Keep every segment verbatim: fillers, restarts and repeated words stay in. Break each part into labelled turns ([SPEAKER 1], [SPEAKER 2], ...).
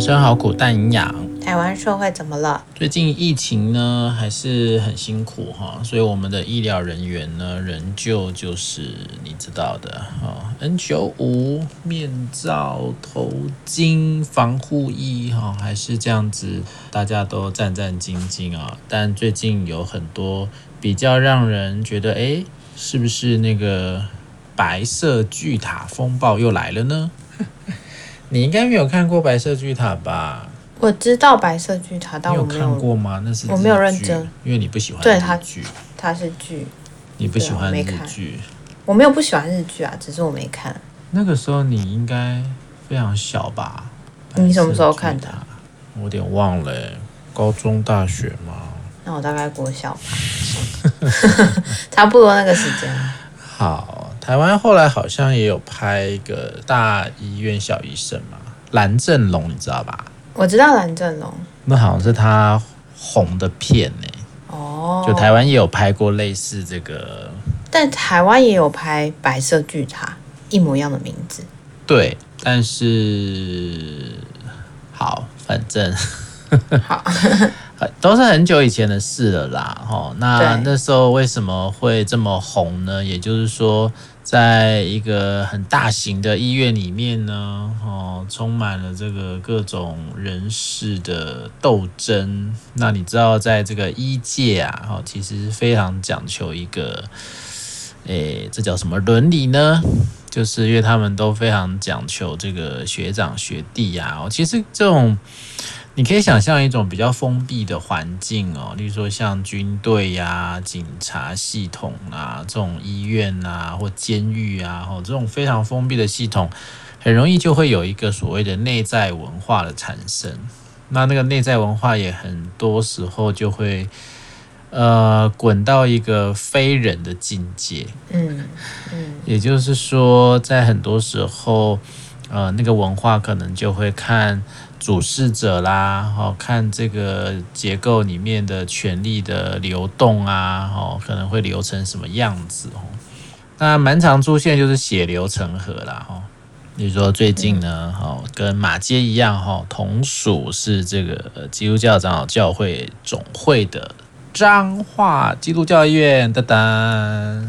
[SPEAKER 1] 生好苦但营养。
[SPEAKER 2] 台湾社会怎么了？
[SPEAKER 1] 最近疫情呢还是很辛苦哈，所以我们的医疗人员呢仍旧就是你知道的哦 N 九十五 面罩、头巾、防护衣哈，还是这样子，大家都战战兢兢啊。但最近有很多比较让人觉得，哎，是不是那个白色巨塔风暴又来了呢？你应该没有看过白色巨塔吧？
[SPEAKER 2] 我知道白色巨塔，但我没
[SPEAKER 1] 有看过吗？那是日剧，
[SPEAKER 2] 我没有认真，
[SPEAKER 1] 因为你不喜欢
[SPEAKER 2] 对
[SPEAKER 1] 日剧，
[SPEAKER 2] 它是剧，
[SPEAKER 1] 你不喜欢日剧，
[SPEAKER 2] 我没有不喜欢日剧啊，只是我没看。
[SPEAKER 1] 那个时候你应该非常小吧？
[SPEAKER 2] 你什么时候看的？
[SPEAKER 1] 我有点忘了，高中、大学吗？
[SPEAKER 2] 那我大概国小吧，差不多那个时间。
[SPEAKER 1] 好，台湾后来好像也有拍一个大医院小医生嘛，蓝正龙，你知道吧？
[SPEAKER 2] 我知道蓝正龙，
[SPEAKER 1] 那好像是他红的片呢、欸。
[SPEAKER 2] 哦，
[SPEAKER 1] 就台湾也有拍过类似这个，
[SPEAKER 2] 但台湾也有拍白色巨塔，一模一样的名字。
[SPEAKER 1] 对，但是好，反正
[SPEAKER 2] 好。
[SPEAKER 1] 都是很久以前的事了啦。齁，那那时候为什么会这么红呢？也就是说，在一个很大型的医院里面呢，哦，充满了这个各种人事的斗争。那你知道，在这个医界啊，哦，其实非常讲求一个，诶，这叫什么伦理呢？就是因为他们都非常讲求这个学长学弟啊。哦，其实这种。你可以想象一种比较封闭的环境哦，例如说像军队呀、啊、警察系统啊、这种医院啊或监狱啊，这种非常封闭的系统，很容易就会有一个所谓的内在文化的产生。那那个内在文化也很多时候就会呃滚到一个非人的境界。
[SPEAKER 2] 嗯嗯，
[SPEAKER 1] 也就是说，在很多时候，呃，那个文化可能就会看。主事者啦，哦，看这个结构里面的权力的流动啊，哦，可能会流成什么样子哦。那蛮常出现就是血流成河啦，哦，比如说最近呢，哦，跟马偕一样，哈，同属是这个基督教长老教会总会的彰化基督教医院，噔噔。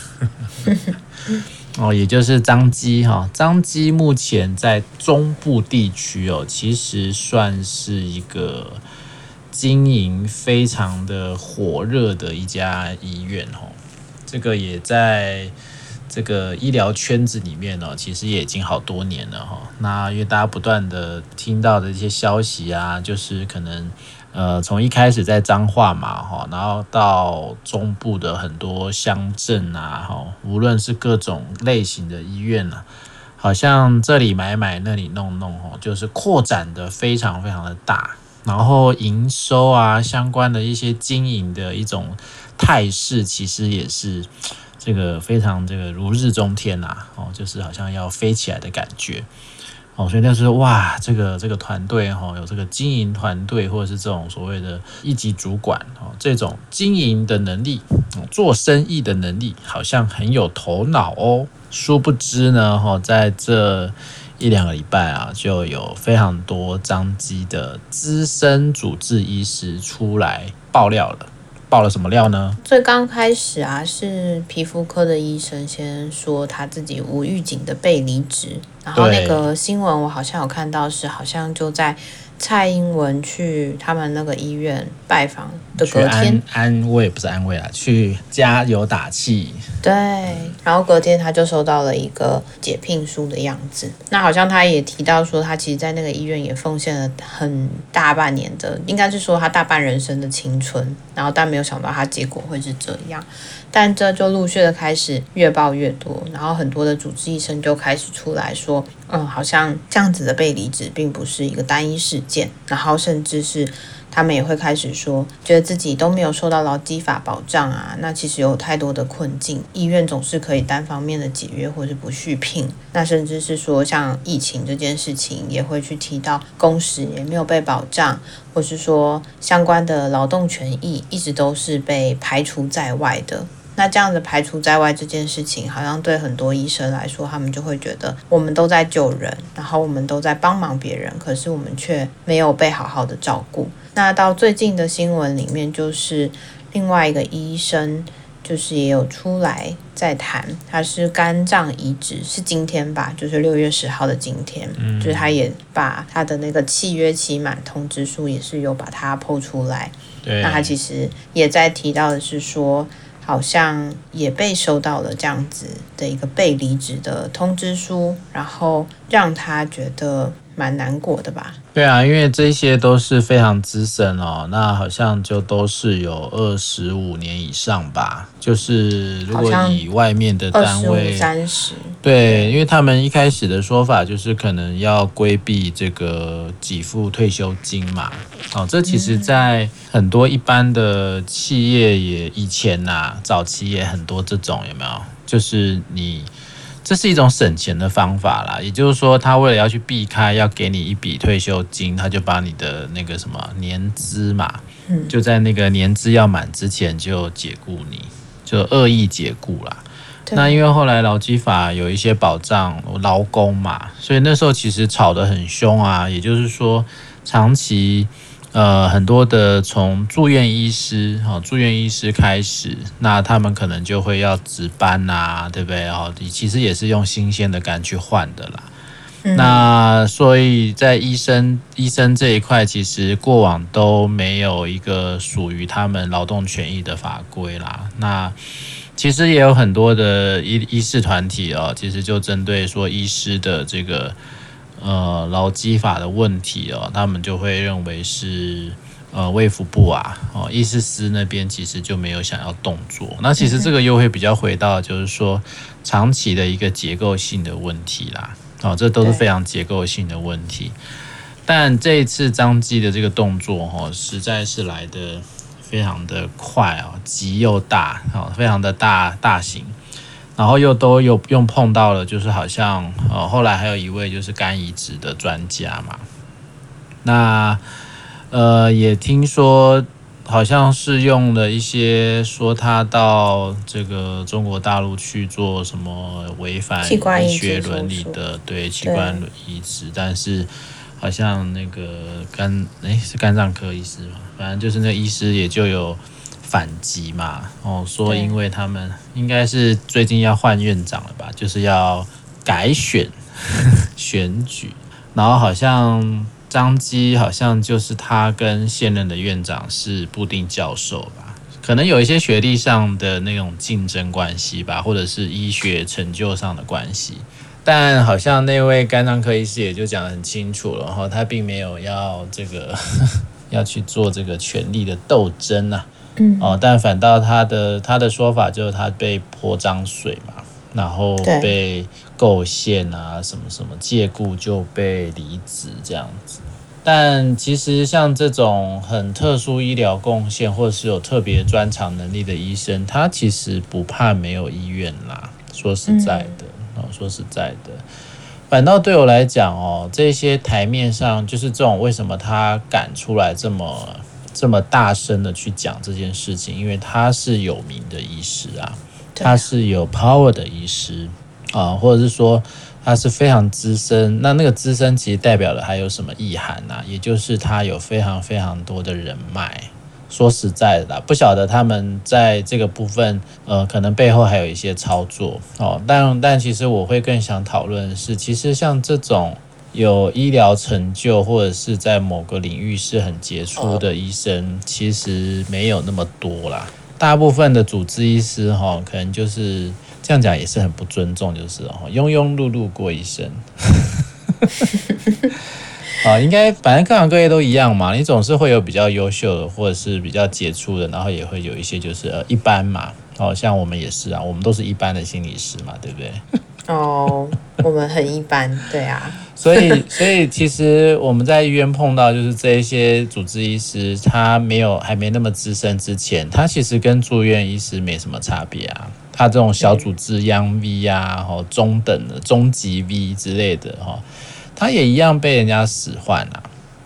[SPEAKER 1] 哦，也就是彰基哈，彰基目前在中部地区哦，其实算是一个经营非常的火热的一家医院哦。这个也在这个医疗圈子里面哦，其实也已经好多年了哈。那因为大家不断的听到的一些消息啊，就是可能。呃，从一开始在彰化嘛，哈，然后到中部的很多乡镇啊，哈，无论是各种类型的医院啊，好像这里买买那里弄弄，哈，就是扩展的非常非常的大，然后营收啊相关的一些经营的一种态势，其实也是这个非常这个如日中天呐，哦，就是好像要飞起来的感觉。哦，所以那时候哇，这个这个团队哈，有这个经营团队或者是这种所谓的一级主管哦，这种经营的能力，做生意的能力，好像很有头脑哦。殊不知呢，哈，在这一两个礼拜啊，就有非常多彰基的资深主治医师出来爆料了。爆了什么料呢？
[SPEAKER 2] 最刚开始啊，是皮肤科的医生先说他自己无预警的被离职，然后那个新闻我好像有看到是，好像就在蔡英文去他们那个医院拜访的隔天，
[SPEAKER 1] 安安慰不是安慰啊，去加油打气。
[SPEAKER 2] 对，然后隔天他就收到了一个解聘书的样子。那好像他也提到说，他其实在那个医院也奉献了很大半年的，应该是说他大半人生的青春，然后但没有想到他结果会是这样。但这就陆续的开始越爆越多，然后很多的主治医生就开始出来说，嗯，好像这样子的被离职并不是一个单一事件，然后甚至是他们也会开始说，觉得自己都没有受到劳基法保障啊，那其实有太多的困境，医院总是可以单方面的解约或是不续聘，那甚至是说像疫情这件事情也会去提到工时也没有被保障，或是说相关的劳动权益一直都是被排除在外的。 那这样子排除在外这件事情，好像对很多医生来说，他们就会觉得我们都在救人，然后我们都在帮忙别人，可是我们却没有被好好的照顾。那到最近的新闻里面，就是另外一个医生就是也有出来在谈，他是肝脏移植，是今天吧，就是六月十号的今天、嗯、就是他也把他的那个契约期满通知书也是有把它po出来。
[SPEAKER 1] 对，
[SPEAKER 2] 那他其实也在提到的是说，好像也被收到了这样子的一个被离职的通知书，然后让他觉得蛮难过的吧。
[SPEAKER 1] 对啊，因为这些都是非常资深哦，那好像就都是有二十五年以上吧。就是如果以外面的单位，
[SPEAKER 2] 二十五、三十，
[SPEAKER 1] 对，因为他们一开始的说法就是可能要规避这个给付退休金嘛。哦，这其实在很多一般的企业也以前呐、啊，早期也很多这种，有没有？就是你。这是一种省钱的方法啦，也就是说，他为了要去避开要给你一笔退休金，他就把你的那个什么年资嘛，嗯、就在那个年资要满之前就解雇你，就恶意解雇啦。那因为后来劳基法有一些保障劳工嘛，所以那时候其实吵得很凶啊，也就是说，长期。呃，很多的从住院医师、哦、住院医师开始，那他们可能就会要值班啊，对不对？哦，其实也是用新鲜的肝去换的啦。嗯、那所以在医生医生这一块，其实过往都没有一个属于他们劳动权益的法规啦。那其实也有很多的医医事团体哦，其实就针对说医师的这个。呃，劳基法的问题哦，他们就会认为是呃卫福部啊，哦，医师司那边其实就没有想要动作。那其实这个又会比较回到就是说长期的一个结构性的问题啦，哦，这都是非常结构性的问题。但这一次张基的这个动作哦，实在是来得非常的快哦，急又大哦，非常的大大型。然后又都有用碰到了，就是好像呃，后来还有一位就是肝移植的专家嘛，那呃也听说好像是用了一些说他到这个中国大陆去做什么违反医学伦理的对器官移植，但是好像那个肝诶是肝脏科医师嘛，反正就是那个医师也就有。反击嘛，哦，说因为他们应该是最近要换院长了吧，就是要改选选举，然后好像张基好像就是他跟现任的院长是部定教授吧，可能有一些学历上的那种竞争关系吧，或者是医学成就上的关系，但好像那位肝脏科医师也就讲得很清楚了，然后他并没有要这个要去做这个权力的斗争啊。嗯哦，但反倒他的他的说法就是他被泼脏水嘛，然后被构陷啊，什么什么借故就被离职这样子。但其实像这种很特殊医疗贡献或者是有特别专长能力的医生，他其实不怕没有医院啦。说实在的，嗯、哦，说实在的，反倒对我来讲哦，这些台面上就是这种为什么他敢出来这么。这么大声的去讲这件事情，因为他是有名的医师啊，他是有 power 的医师啊，或者是说他是非常资深。那那个资深其实代表了还有什么意涵啊？也就是他有非常非常多的人脉。说实在的啦，不晓得他们在这个部分，呃，可能背后还有一些操作哦。但但其实我会更想讨论的是，其实像这种。有医疗成就或者是在某个领域是很杰出的医生，其实没有那么多啦。大部分的主治医师哈，可能就是这样讲也是很不尊重，就是哦，庸庸碌碌过一生。啊，应该反正各行各业都一样嘛，你总是会有比较优秀的，或者是比较杰出的，然后也会有一些就是呃一般嘛。哦，像我们也是啊，我们都是一般的心理师嘛，对不对？
[SPEAKER 2] 哦，我们很一般，对啊。
[SPEAKER 1] 所以，所以其实我们在医院碰到就是这一些主治医师，他没有还没那么资深之前，他其实跟住院医师没什么差别啊。他这种小主治央 V 啊，中等的中级 V 之类的哈，他也一样被人家使唤啊。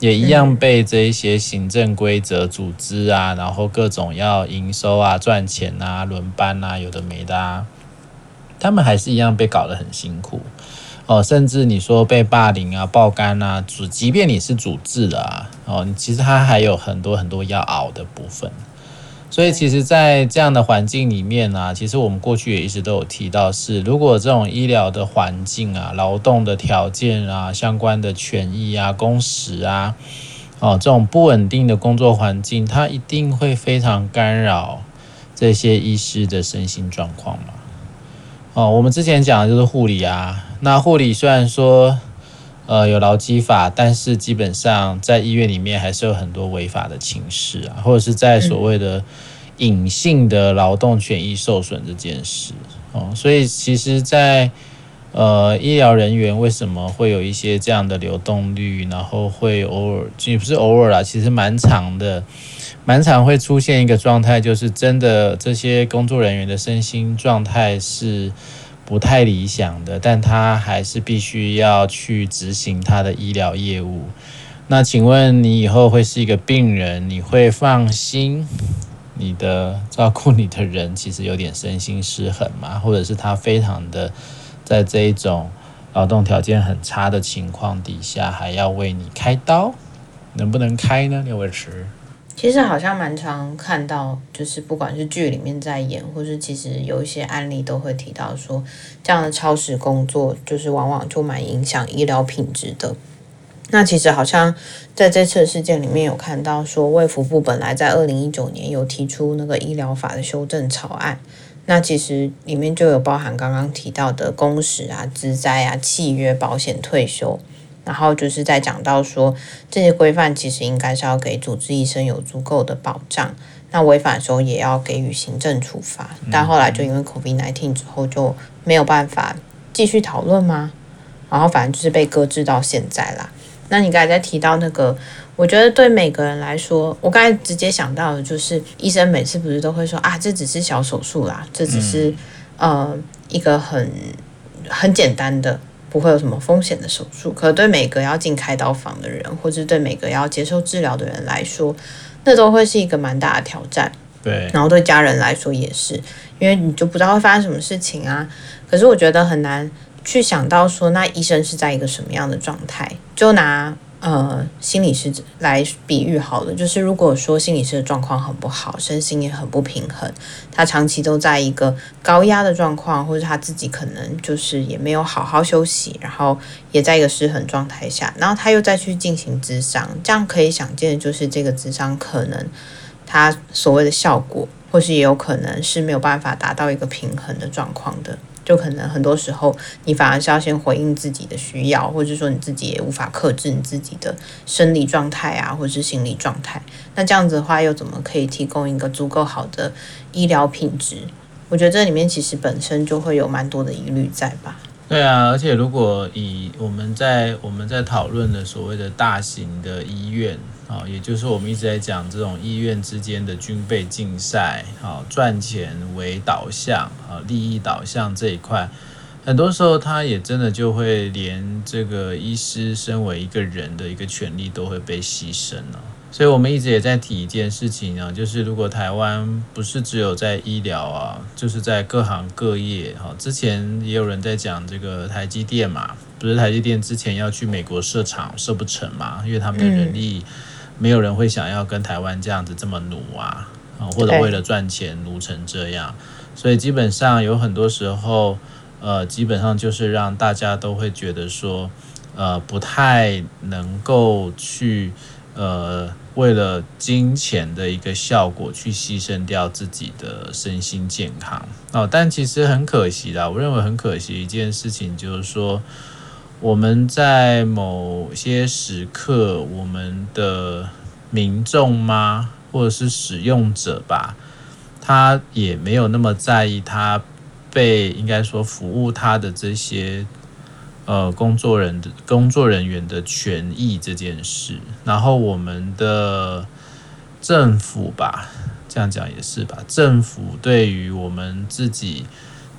[SPEAKER 1] 也一样被这一些行政规则、组织啊，然后各种要营收啊、赚钱啊、轮班啊，有的没的啊，他们还是一样被搞得很辛苦哦。甚至你说被霸凌啊、爆肝啊，即便你是主治了啊，哦，其实他还有很多很多要熬的部分。所以其实在这样的环境里面啊，其实我们过去也一直都有提到是，如果这种医疗的环境啊、劳动的条件啊、相关的权益啊、工时啊，哦，这种不稳定的工作环境，它一定会非常干扰这些医师的身心状况嘛。哦，我们之前讲的就是护理啊，那护理虽然说呃，有劳基法，但是基本上在医院里面还是有很多违法的情事啊，或者是在所谓的隐性的劳动权益受损这件事哦。所以其实在，呃医疗人员为什么会有一些这样的流动率，然后会偶尔，也不是偶尔啦，其实蛮长的，蛮常会出现一个状态，就是真的这些工作人员的身心状态是不太理想的，但他还是必须要去执行他的医疗业务。那请问你以后会是一个病人，你会放心你的照顾你的人其实有点身心失衡吗？或者是他非常的在这一种劳动条件很差的情况底下，还要为你开刀，能不能开呢？刘伟驰。
[SPEAKER 2] 其实好像蛮常看到，就是不管是剧里面在演，或是其实有一些案例都会提到说，这样的超时工作就是往往就蛮影响医疗品质的。那其实好像在这次的事件里面有看到说，卫福部本来在二零一九年有提出那个医疗法的修正草案，那其实里面就有包含刚刚提到的工时啊、资灾啊、契约、保险、退休。然后就是在讲到说，这些规范其实应该是要给主治医生有足够的保障，那违反的时候也要给予行政处罚。但后来就因为 COVID 十九 之后就没有办法继续讨论吗？然后反正就是被搁置到现在啦。那你刚才在提到那个，我觉得对每个人来说，我刚才直接想到的就是医生每次不是都会说啊，这只是小手术啦，这只是、嗯、呃一个很很简单的。不会有什么风险的手术，可对每个要进开刀房的人，或者对每个要接受治疗的人来说，那都会是一个蛮大的挑战。
[SPEAKER 1] 对，
[SPEAKER 2] 然后对家人来说也是，因为你就不知道会发生什么事情啊。可是我觉得很难去想到说，那医生是在一个什么样的状态？就拿呃心理师来比喻好了，就是如果说心理师的状况很不好，身心也很不平衡，他长期都在一个高压的状况，或者他自己可能就是也没有好好休息，然后也在一个失衡状态下，然后他又再去进行咨商，这样可以想见的就是这个咨商可能他所谓的效果，或是也有可能是没有办法达到一个平衡的状况的。就可能很多时候你反而是要先回应自己的需要，或者说你自己也无法克制你自己的生理状态啊，或者是心理状态。那这样子的话又怎么可以提供一个足够好的医疗品质？我觉得这里面其实本身就会有蛮多的疑虑在吧。
[SPEAKER 1] 对啊，而且如果以我们在我们在讨论的所谓的大型的医院啊，也就是我们一直在讲这种医院之间的军备竞赛啊，赚钱为导向啊，利益导向这一块，很多时候他也真的就会连这个医师身为一个人的一个权利都会被牺牲了。所以我们一直也在提一件事情啊，就是如果台湾不是只有在医疗啊，就是在各行各业啊，之前也有人在讲这个台积电嘛，不是台积电之前要去美国设厂设不成嘛，因为他们的人力没有人会想要跟台湾这样子这么奴啊，或者为了赚钱奴成这样，所以基本上有很多时候，呃，基本上就是让大家都会觉得说，呃，不太能够去。呃，为了金钱的一个效果去牺牲掉自己的身心健康哦，但其实很可惜啦，我认为很可惜一件事情就是说，我们在某些时刻，我们的民众吗，或者是使用者吧，他也没有那么在意他被应该说服务他的这些。呃，工作人的工作人员的权益这件事，然后我们的政府吧，这样讲也是吧，政府对于我们自己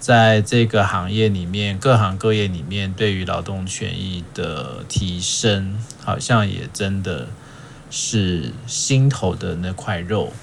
[SPEAKER 1] 在这个行业里面，各行各业里面，对于劳动权益的提升，好像也真的是心头的那块肉。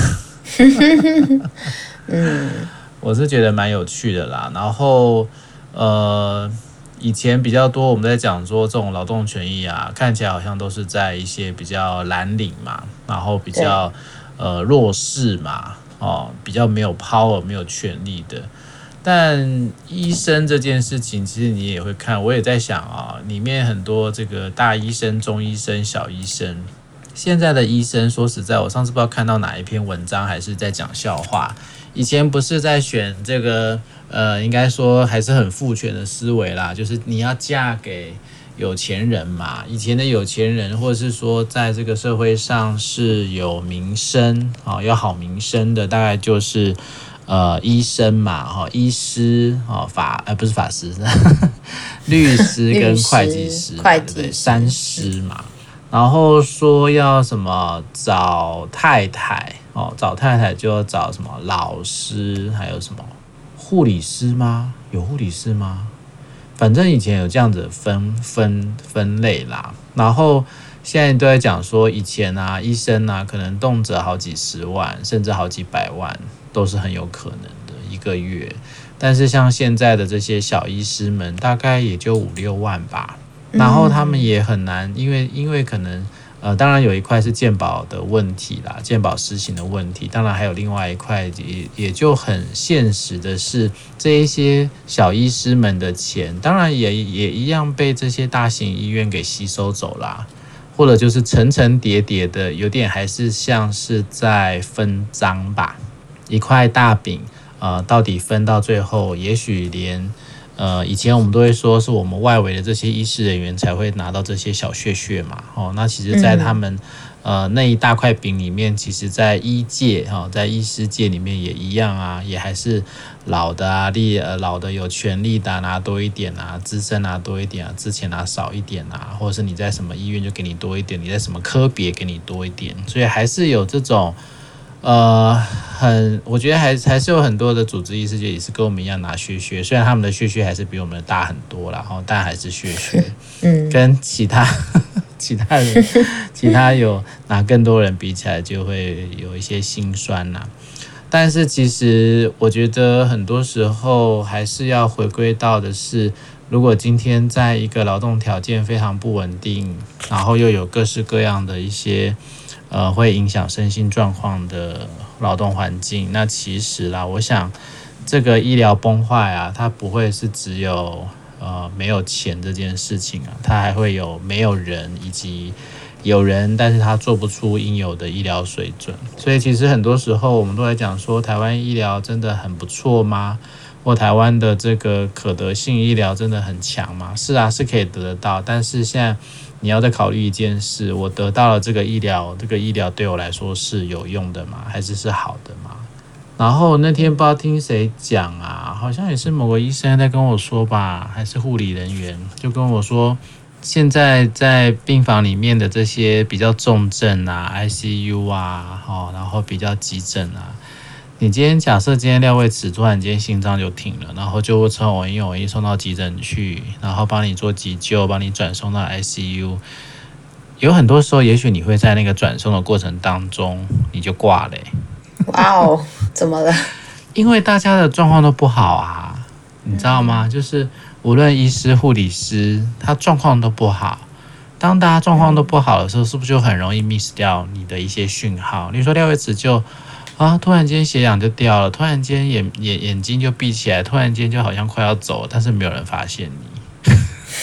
[SPEAKER 2] 嗯，
[SPEAKER 1] 我是觉得蛮有趣的啦。然后，呃，以前比较多我们在讲说这种劳动权益啊，看起来好像都是在一些比较蓝领嘛，然后比较呃弱势嘛，哦，比较没有 power 没有权力的。但医生这件事情，其实你也会看，我也在想啊，里面很多这个大医生、中医生、小医生，现在的医生，说实在，我上次不知道看到哪一篇文章，还是在讲笑话。以前不是在选这个，呃，应该说还是很父权的思维啦，就是你要嫁给有钱人嘛。以前的有钱人，或者是说在这个社会上是有名声啊、哦，有好名声的，大概就是。呃，医生嘛，哈，医师，哦，法，呃，不是法师，律师跟会计师，
[SPEAKER 2] 会计师
[SPEAKER 1] 对不对？三师嘛。然后说要什么找太太，哦，找太太就要找什么老师，还有什么护理师吗？有护理师吗？反正以前有这样子分分分类啦。然后现在都在讲说，以前啊，医生啊，可能动辄好几十万，甚至好几百万。都是很有可能的一个月，但是像现在的这些小医师们，大概也就五六万吧。然后他们也很难，因为因为可能呃，当然有一块是健保的问题啦，健保施行的问题，当然还有另外一块也也就很现实的是，这一些小医师们的钱，当然也也一样被这些大型医院给吸收走啦。或者就是层层叠叠的，有点还是像是在分赃吧。一块大饼，呃，到底分到最后，也许连呃，以前我们都会说是我们外围的这些医师人员才会拿到这些小屑屑嘛，哦，那其实在他们、嗯、呃那一大块饼里面，其实在医界哈、哦，在医师界里面也一样啊，也还是老的啊，力呃老的有权利的、啊、拿多一点啊，资深拿多一点啊，之前拿少一点啊，或者是你在什么医院就给你多一点，你在什么科别给你多一点，所以还是有这种。呃，很，我觉得还还是有很多的主治医师也是跟我们一样拿血血，虽然他们的血血还是比我们的大很多啦，然后但还是血血，嗯，跟其他其他人其他有拿更多人比起来，就会有一些心酸啦。但是其实我觉得很多时候还是要回归到的是，如果今天在一个劳动条件非常不稳定，然后又有各式各样的一些。呃，会影响身心状况的劳动环境。那其实啦，我想这个医疗崩坏啊，它不会是只有呃没有钱这件事情啊，它还会有没有人以及有人，但是他做不出应有的医疗水准。所以其实很多时候我们都在讲说，台湾医疗真的很不错吗？或台湾的这个可得性医疗真的很强吗？是啊，是可以得得到，但是现在。你要再考虑一件事，我得到了这个医疗，这个医疗对我来说是有用的吗？还是是好的吗？然后那天不知道听谁讲啊，好像也是某个医生在跟我说吧，还是护理人员，就跟我说，现在在病房里面的这些比较重症啊 ，I C U 啊，哦，然后比较急诊啊。你今天假设今天廖卫慈突然间心脏就停了，然后就会从偶一偶一送到急诊去，然后帮你做急救，帮你转送到 I C U。有很多时候，也许你会在那个转送的过程当中，你就挂了、欸。
[SPEAKER 2] 哇哦，怎么了？
[SPEAKER 1] 因为大家的状况都不好啊，你知道吗？嗯、就是无论医师、护理师，他状况都不好。当大家状况都不好的时候，是不是就很容易 miss 掉你的一些讯号？例如说廖卫慈就。啊！突然间血氧就掉了，突然间眼眼眼睛就闭起来，突然间就好像快要走了，但是没有人发现你。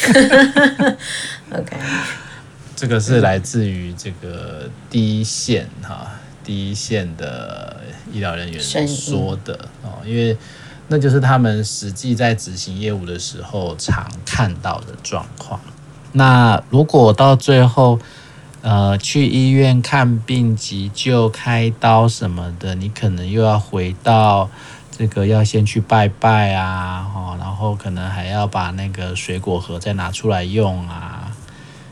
[SPEAKER 2] OK，
[SPEAKER 1] 这个是来自于这个第一线哈，第一线的医疗人员说的哦，因为那就是他们实际在执行业务的时候常看到的状况。那如果到最后，呃，去医院看病、急救、开刀什么的，你可能又要回到这个要先去拜拜啊，哦，然后可能还要把那个水果盒再拿出来用啊。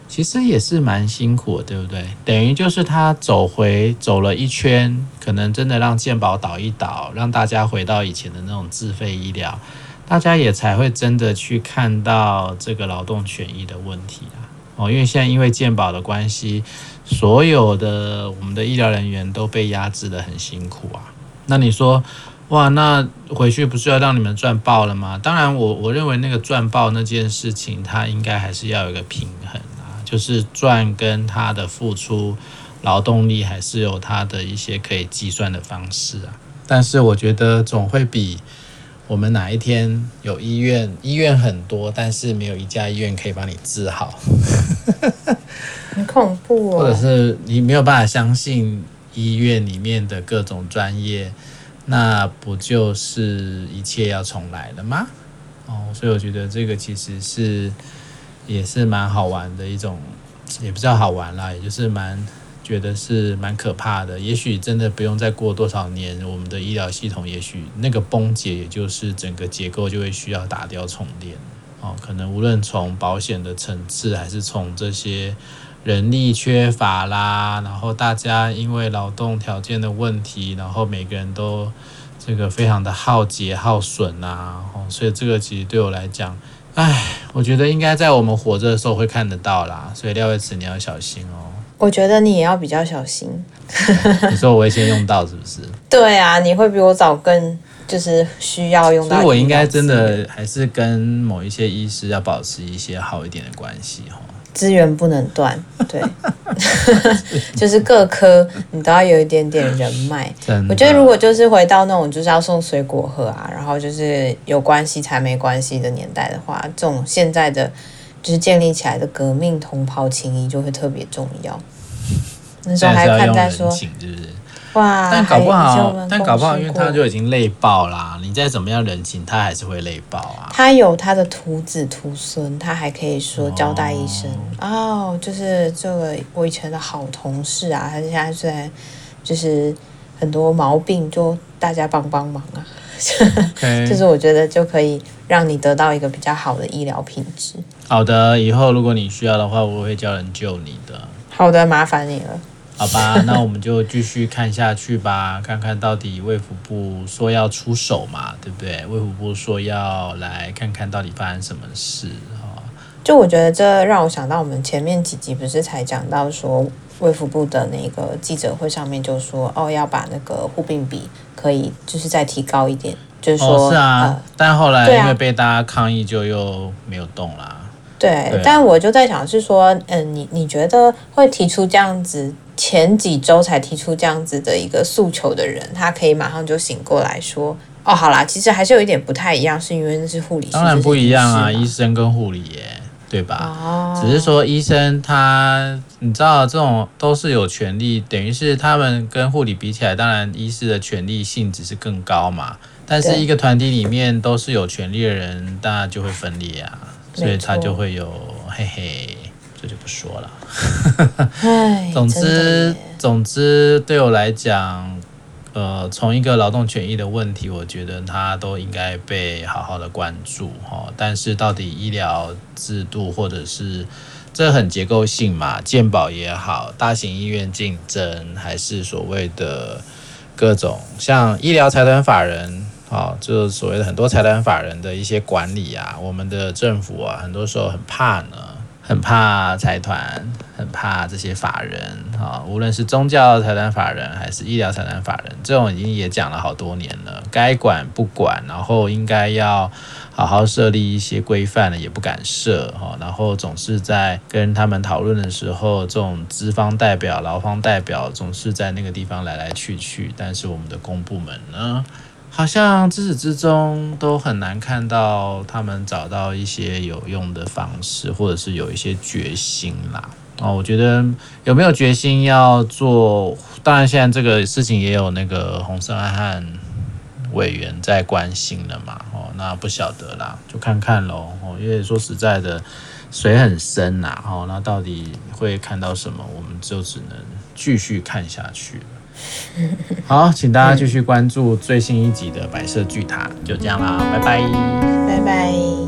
[SPEAKER 1] 其实也是蛮辛苦的，对不对？等于就是他走回走了一圈，可能真的让健保倒一倒，让大家回到以前的那种自费医疗，大家也才会真的去看到这个劳动权益的问题啊。哦，因为现在因为健保的关系，所有的我们的医疗人员都被压制得很辛苦啊。那你说，哇，那回去不是要让你们赚爆了吗？当然我，我认为那个赚爆那件事情，它应该还是要有一个平衡啊，就是赚跟它的付出劳动力还是有它的一些可以计算的方式啊。但是我觉得总会比我们哪一天有医院，医院很多，但是没有一家医院可以帮你治好，
[SPEAKER 2] 很恐怖哦。
[SPEAKER 1] 或者是你没有办法相信医院里面的各种专业，那不就是一切要重来了吗？哦，所以我觉得这个其实是也是蛮好玩的一种，也不叫好玩啦，也就是蛮觉得是蛮可怕的。也许真的不用再过多少年，我们的医疗系统也许那个崩解，也就是整个结构就会需要打掉重练。哦，可能无论从保险的层次，还是从这些人力缺乏啦，然后大家因为劳动条件的问题，然后每个人都这个非常的耗竭耗损啊，哦，所以这个其实对我来讲，唉，我觉得应该在我们活着的时候会看得到啦，所以廖伟慈你要小心哦。
[SPEAKER 2] 我觉得你也要比较小心。
[SPEAKER 1] 你说我会先用到是不是？
[SPEAKER 2] 对啊，你会比我早更就是需要用到，
[SPEAKER 1] 所以我应该真的还是跟某一些医师要保持一些好一点的关系哦。
[SPEAKER 2] 资源不能断，对，就是各科你都要有一点点人脉。我觉得如果就是回到那种就是要送水果盒啊，然后就是有关系才没关系的年代的话，这种现在的就是建立起来的革命同袍情谊就会特别重要。那时候还看在说，
[SPEAKER 1] 是不是？
[SPEAKER 2] 哇，
[SPEAKER 1] 但搞不好，但搞不好，因为他就已经累爆啦。你再怎么样人情，他还是会累爆啊。
[SPEAKER 2] 他有他的徒子徒孙，他还可以说交代一声哦, 哦，就是这个我以前的好同事啊，他现在虽然就是很多毛病，就大家帮帮忙啊。Okay. 就是我觉得就可以让你得到一个比较好的医疗品质。
[SPEAKER 1] 好的，以后如果你需要的话，我会叫人救你的。
[SPEAKER 2] 好的，麻烦你了。
[SPEAKER 1] 好吧，那我们就继续看下去吧，看看到底卫福部说要出手嘛，对不对？卫福部说要来看看到底发生什么事哈。
[SPEAKER 2] 就我觉得这让我想到，我们前面几集不是才讲到说，卫福部的那个记者会上面就说，哦，要把那个护病比可以就是再提高一点，就是说，
[SPEAKER 1] 哦、是啊、呃，但后来因为被大家抗议，就又没有动啦。
[SPEAKER 2] 对，
[SPEAKER 1] 对啊、
[SPEAKER 2] 但我就在想是说，嗯，你你觉得会提出这样子？前几周才提出这样子的一个诉求的人，他可以马上就醒过来说，哦，好啦，其实还是有一点不太一样，是因为那是护理师，
[SPEAKER 1] 当然不一样啊，医生跟护理耶，对吧？哦，只是说医生他，你知道这种都是有权利，等于是他们跟护理比起来，当然医师的权利性质是更高嘛。但是一个团体里面都是有权利的人，大家就会分裂啊，所以他就会有嘿嘿。这就不说了。总之，总之对我来讲，呃，从一个劳动权益的问题，我觉得它都应该被好好的关注哈。但是到底医疗制度或者是这很结构性嘛，健保也好，大型医院竞争，还是所谓的各种像医疗财团法人。哦，就是所谓的很多财团法人的一些管理啊，我们的政府啊，很多时候很怕呢。很怕财团，很怕这些法人啊，无论是宗教财团法人还是医疗财团法人，这种已经也讲了好多年了，该管不管，然后应该要好好设立一些规范的也不敢设哈，然后总是在跟他们讨论的时候，这种资方代表、劳方代表总是在那个地方来来去去，但是我们的公部门呢？好像自始至终都很难看到他们找到一些有用的方式，或者是有一些决心啦。哦，我觉得有没有决心要做？当然，现在这个事情也有那个洪胜汉委员在关心了嘛。哦，那不晓得啦，就看看咯。哦，因为说实在的，水很深呐。哦，那到底会看到什么？我们就只能继续看下去了。好，请大家继续关注最新一集的白色巨塔，就这样啦，拜拜，
[SPEAKER 2] 拜拜。